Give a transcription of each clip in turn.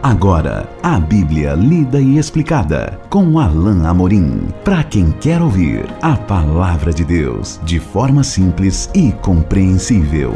Agora, a Bíblia lida e explicada com Alain Amorim. Para quem quer ouvir a Palavra de Deus de forma simples e compreensível.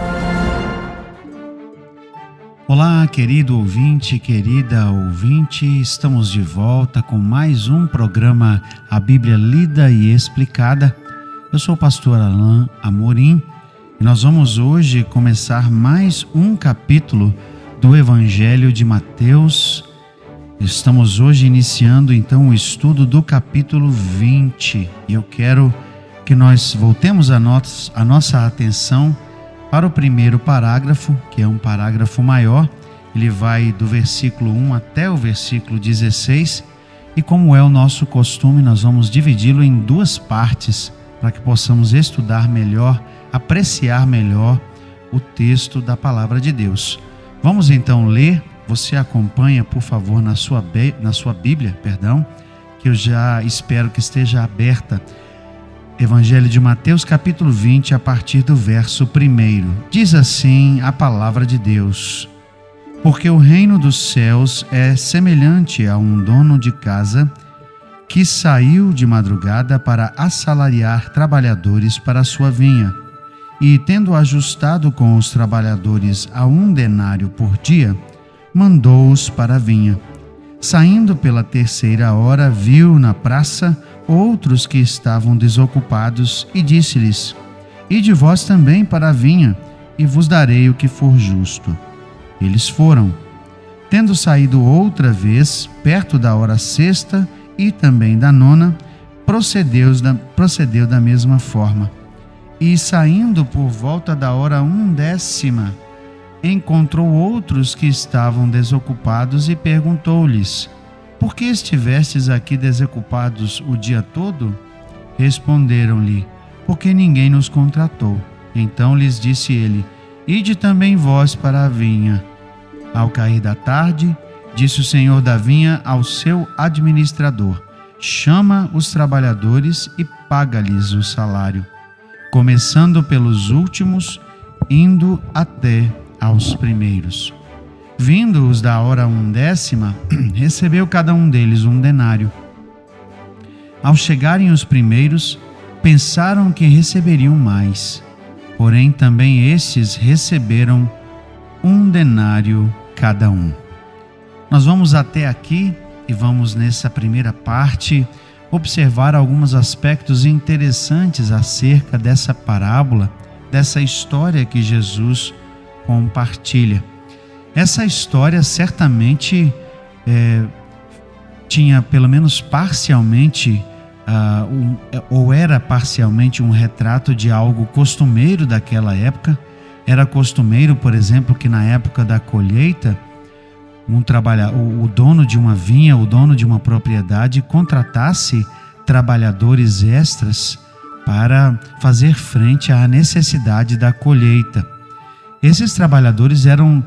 Olá, querido ouvinte, querida ouvinte, estamos de volta com mais um programa A Bíblia Lida e Explicada. Eu sou o pastor Alain Amorim e nós vamos hoje começar mais um capítulo do Evangelho de Mateus. Estamos hoje iniciando então o estudo do capítulo 20 e eu quero que nós voltemos a nossa atenção para o primeiro parágrafo, que é um parágrafo maior. Ele vai do versículo 1 até o versículo 16 e, como é o nosso costume, nós vamos dividi-lo em duas partes para que possamos estudar melhor, apreciar melhor o texto da Palavra de Deus. Vamos então ler. Você acompanha, por favor, na sua Bíblia, que eu já espero que esteja aberta. Evangelho de Mateus, capítulo 20, a partir do verso 1. Diz assim a Palavra de Deus: Porque o reino dos céus é semelhante a um dono de casa que saiu de madrugada para assalariar trabalhadores para a sua vinha. E, tendo ajustado com os trabalhadores a 1 denário por dia, mandou-os para a vinha. Saindo pela 3ª hora, viu na praça outros que estavam desocupados e disse-lhes: Ide vós também para a vinha, e vos darei o que for justo. Eles foram. Tendo saído outra vez, perto da hora 6ª e também da 9ª, procedeu da mesma forma. E saindo por volta da hora 10ª, encontrou outros que estavam desocupados e perguntou-lhes: Por que estivestes aqui desocupados o dia todo? Responderam-lhe: Porque ninguém nos contratou. Então lhes disse ele: Ide também vós para a vinha. Ao cair da tarde, disse o senhor da vinha ao seu administrador: Chama os trabalhadores e paga-lhes o salário, começando pelos últimos, indo até aos primeiros. Vindo os da hora 10ª, recebeu cada um deles 1 denário. Ao chegarem os primeiros, pensaram que receberiam mais. Porém, também estes receberam 1 denário cada um. Nós vamos até aqui e vamos, nessa primeira parte, observar alguns aspectos interessantes acerca dessa parábola, dessa história que Jesus compartilha. Essa história certamente tinha, pelo menos parcialmente, ou era parcialmente um retrato de algo costumeiro daquela época. Era costumeiro, por exemplo, que na época da colheita, o dono de uma vinha, o dono de uma propriedade, contratasse trabalhadores extras para fazer frente à necessidade da colheita. Esses trabalhadores eram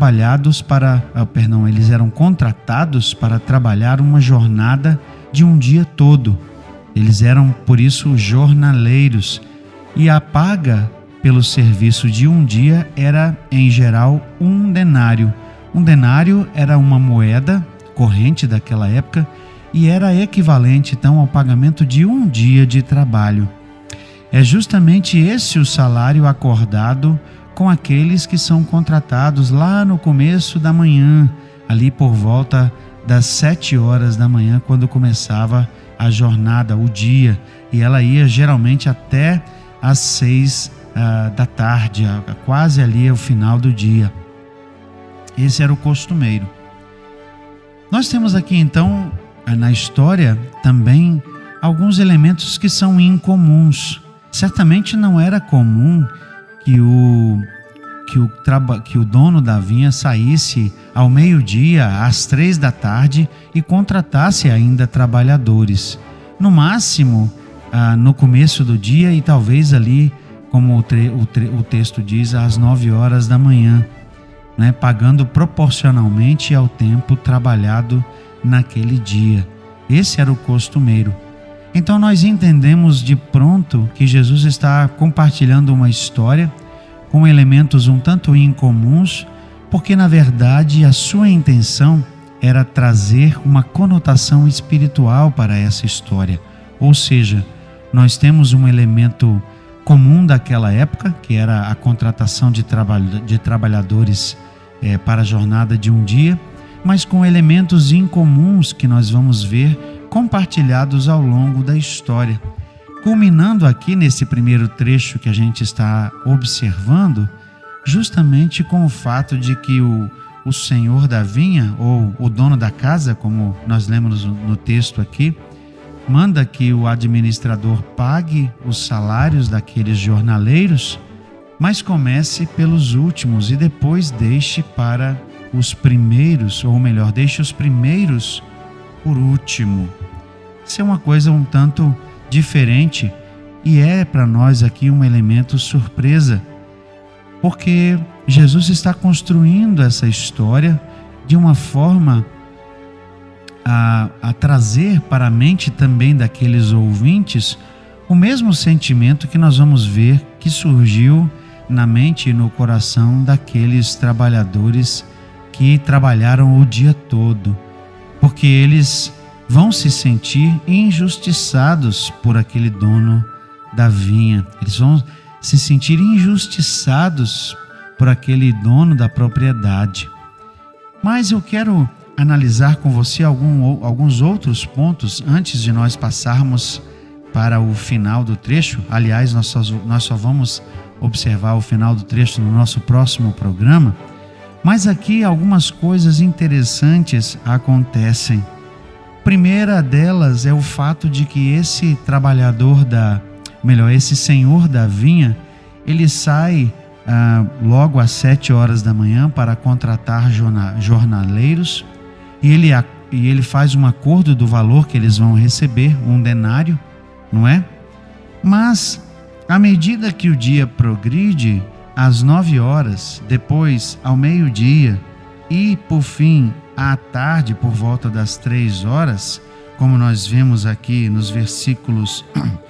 eles eram contratados para trabalhar uma jornada de um dia todo. Eles eram, por isso, jornaleiros. E a paga pelo serviço de um dia era, em geral, 1 denário. 1 denário era uma moeda corrente daquela época e era equivalente, então, ao pagamento de um dia de trabalho. É justamente esse o salário acordado com aqueles que são contratados lá no começo da manhã, ali por volta das 7 horas da manhã, quando começava a jornada, o dia, e ela ia geralmente até às 6 da tarde, quase ali ao final do dia. Esse era o costumeiro. Nós temos aqui então, na história, também alguns elementos que são incomuns. Certamente não era comum que o dono da vinha saísse ao meio-dia, às 3 da tarde, e contratasse ainda trabalhadores. No máximo, no começo do dia e talvez ali, como o texto diz, às 9 horas da manhã, né, pagando proporcionalmente ao tempo trabalhado naquele dia. Esse era o costumeiro. Então nós entendemos de pronto que Jesus está compartilhando uma história com elementos um tanto incomuns, porque na verdade a sua intenção era trazer uma conotação espiritual para essa história. Ou seja, nós temos um elemento comum daquela época, que era a contratação de trabalhadores para a jornada de um dia, mas com elementos incomuns que nós vamos ver compartilhados ao longo da história. Culminando aqui nesse primeiro trecho que a gente está observando, justamente com o fato de que o senhor da vinha, ou o dono da casa, como nós lemos no texto aqui, manda que o administrador pague os salários daqueles jornaleiros, mas comece pelos últimos e depois deixe para os primeiros, ou melhor, deixe os primeiros por último. Isso é uma coisa um tanto diferente e é para nós aqui um elemento surpresa, porque Jesus está construindo essa história de uma forma a trazer para a mente também daqueles ouvintes o mesmo sentimento que nós vamos ver que surgiu na mente e no coração daqueles trabalhadores que trabalharam o dia todo, porque eles vão se sentir injustiçados por aquele dono da vinha. Eles vão se sentir injustiçados por aquele dono da propriedade. Mas eu quero analisar com você alguns outros pontos antes de nós passarmos para o final do trecho. Aliás, nós só vamos observar o final do trecho no nosso próximo programa. Mas aqui algumas coisas interessantes acontecem. Primeira delas é o fato de que esse esse senhor da vinha, ele sai logo às 7 horas da manhã para contratar jornaleiros e ele faz um acordo do valor que eles vão receber, 1 denário, não é? Mas, à medida que o dia progride, às 9 horas, depois ao meio-dia e, por fim, à tarde, por volta das 3 horas, como nós vemos aqui nos versículos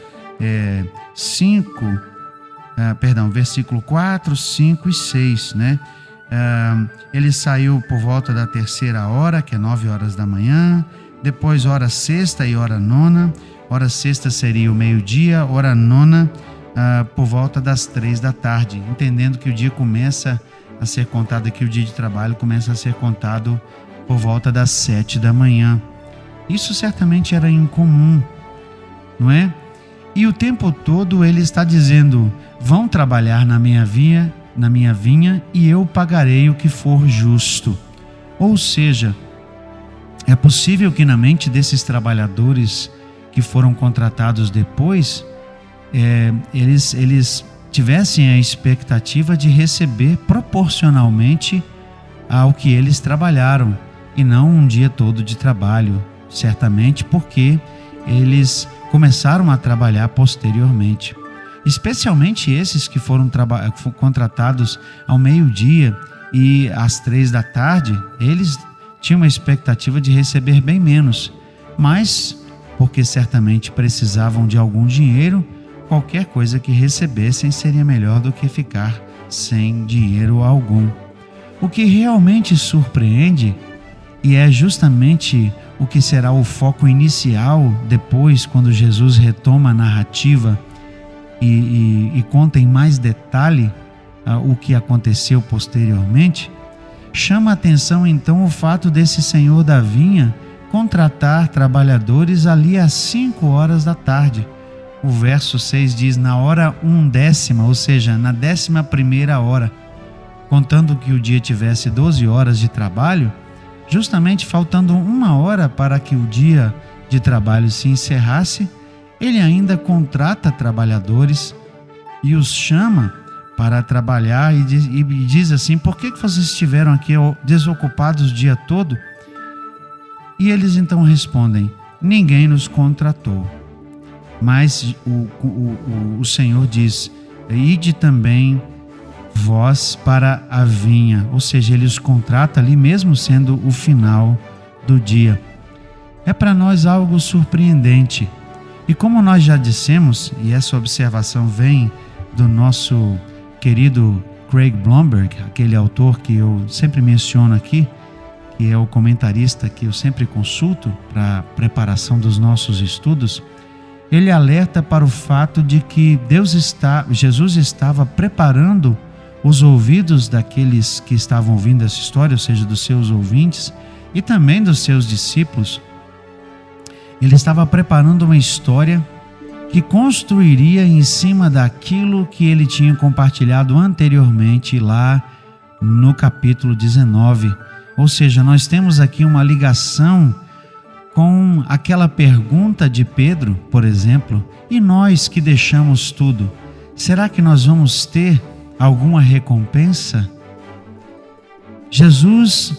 versículo 4, 5 e 6, né? Ele saiu por volta da 3ª hora, que é 9 horas da manhã, depois hora sexta e hora nona. Hora sexta seria o meio-dia, hora nona por volta das 3 da tarde, entendendo que o dia começa a ser contado aqui, o dia de trabalho começa a ser contado por volta das 7 da manhã. Isso certamente era incomum, não é? E o tempo todo ele está dizendo: vão trabalhar na minha vinha e eu pagarei o que for justo. Ou seja, é possível que na mente desses trabalhadores que foram contratados depois, eles tivessem a expectativa de receber proporcionalmente ao que eles trabalharam e não um dia todo de trabalho, certamente porque eles começaram a trabalhar posteriormente. Especialmente esses que foram contratados ao meio-dia e às 3 da tarde, eles tinham a expectativa de receber bem menos, mas porque certamente precisavam de algum dinheiro, qualquer coisa que recebessem seria melhor do que ficar sem dinheiro algum. O que realmente surpreende, e é justamente o que será o foco inicial depois, quando Jesus retoma a narrativa e conta em mais detalhe o que aconteceu posteriormente, chama a atenção então o fato desse senhor da vinha contratar trabalhadores ali às 5 horas da tarde. O verso 6 diz: na hora 1/10, ou seja, na 11ª hora, contando que o dia tivesse 12 horas de trabalho, justamente faltando 1 hora para que o dia de trabalho se encerrasse, ele ainda contrata trabalhadores e os chama para trabalhar e diz assim: por que vocês estiveram aqui desocupados o dia todo? E eles então respondem: ninguém nos contratou. Mas o Senhor diz: ide também vós para a vinha. Ou seja, ele os contrata ali mesmo sendo o final do dia. É para nós algo surpreendente. E como nós já dissemos, e essa observação vem do nosso querido Craig Blomberg, aquele autor que eu sempre menciono aqui, que é o comentarista que eu sempre consulto para a preparação dos nossos estudos, ele alerta para o fato de que Jesus estava preparando os ouvidos daqueles que estavam ouvindo essa história, ou seja, dos seus ouvintes e também dos seus discípulos. Ele estava preparando uma história que construiria em cima daquilo que ele tinha compartilhado anteriormente lá no capítulo 19. Ou seja, nós temos aqui uma ligação com aquela pergunta de Pedro, por exemplo: e nós que deixamos tudo, será que nós vamos ter alguma recompensa? Jesus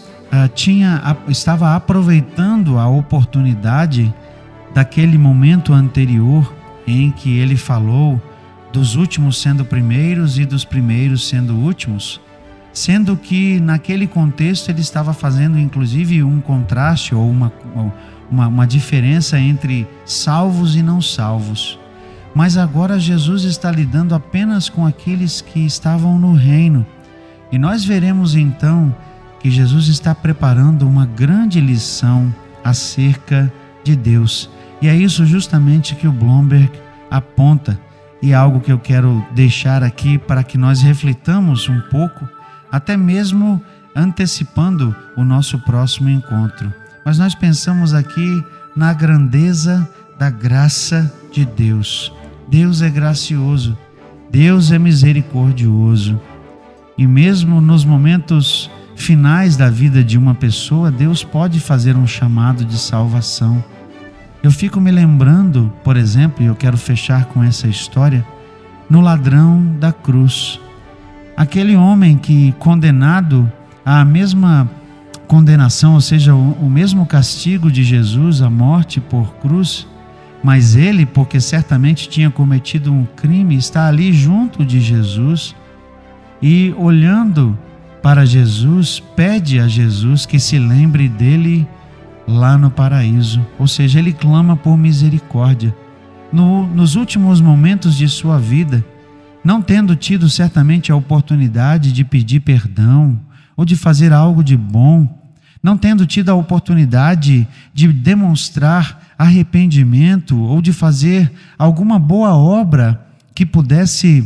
estava aproveitando a oportunidade daquele momento anterior em que ele falou dos últimos sendo primeiros e dos primeiros sendo últimos, sendo que naquele contexto ele estava fazendo inclusive um contraste ou uma diferença entre salvos e não salvos. Mas agora Jesus está lidando apenas com aqueles que estavam no reino. E nós veremos então que Jesus está preparando uma grande lição acerca de Deus. E é isso justamente que o Blomberg aponta, e é algo que eu quero deixar aqui para que nós reflitamos um pouco, até mesmo antecipando o nosso próximo encontro. Mas nós pensamos aqui na grandeza da graça de Deus. Deus é gracioso, Deus é misericordioso. E mesmo nos momentos finais da vida de uma pessoa, Deus pode fazer um chamado de salvação. Eu fico me lembrando, por exemplo, e eu quero fechar com essa história, no ladrão da cruz. Aquele homem que, condenado à mesma condenação, ou seja, o mesmo castigo de Jesus, a morte por cruz, mas ele, porque certamente tinha cometido um crime, está ali junto de Jesus e, olhando para Jesus, pede a Jesus que se lembre dele lá no paraíso. Ou seja, ele clama por misericórdia. Nos últimos momentos de sua vida, não tendo tido certamente a oportunidade de pedir perdão ou de fazer algo de bom, não tendo tido a oportunidade de demonstrar arrependimento ou de fazer alguma boa obra que pudesse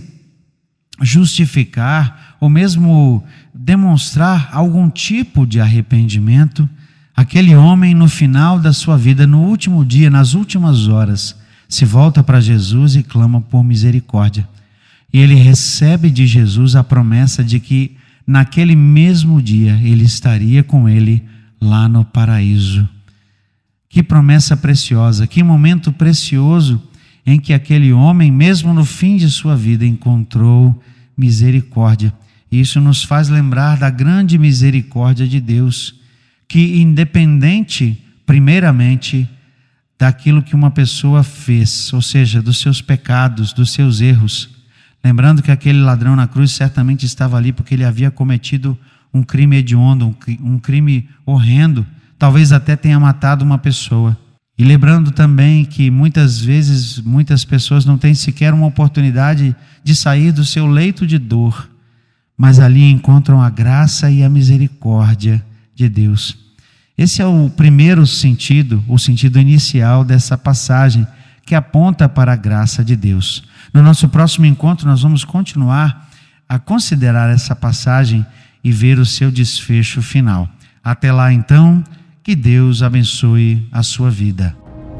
justificar ou mesmo demonstrar algum tipo de arrependimento, aquele homem no final da sua vida, no último dia, nas últimas horas, se volta para Jesus e clama por misericórdia. E ele recebe de Jesus a promessa de que naquele mesmo dia ele estaria com ele lá no paraíso. Que promessa preciosa, que momento precioso em que aquele homem, mesmo no fim de sua vida, encontrou misericórdia. E isso nos faz lembrar da grande misericórdia de Deus, que independente, primeiramente, daquilo que uma pessoa fez, ou seja, dos seus pecados, dos seus erros, lembrando que aquele ladrão na cruz certamente estava ali porque ele havia cometido um crime hediondo, um crime horrendo, talvez até tenha matado uma pessoa. E lembrando também que muitas vezes, muitas pessoas não têm sequer uma oportunidade de sair do seu leito de dor, mas ali encontram a graça e a misericórdia de Deus. Esse é o primeiro sentido, o sentido inicial dessa passagem, que aponta para a graça de Deus. No nosso próximo encontro, nós vamos continuar a considerar essa passagem e ver o seu desfecho final. Até lá, então, que Deus abençoe a sua vida.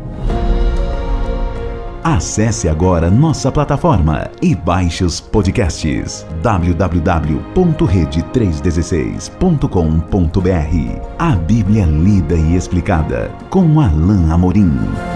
Acesse agora nossa plataforma e baixe os podcasts www.rede316.com.br. A Bíblia lida e explicada com Alain Amorim.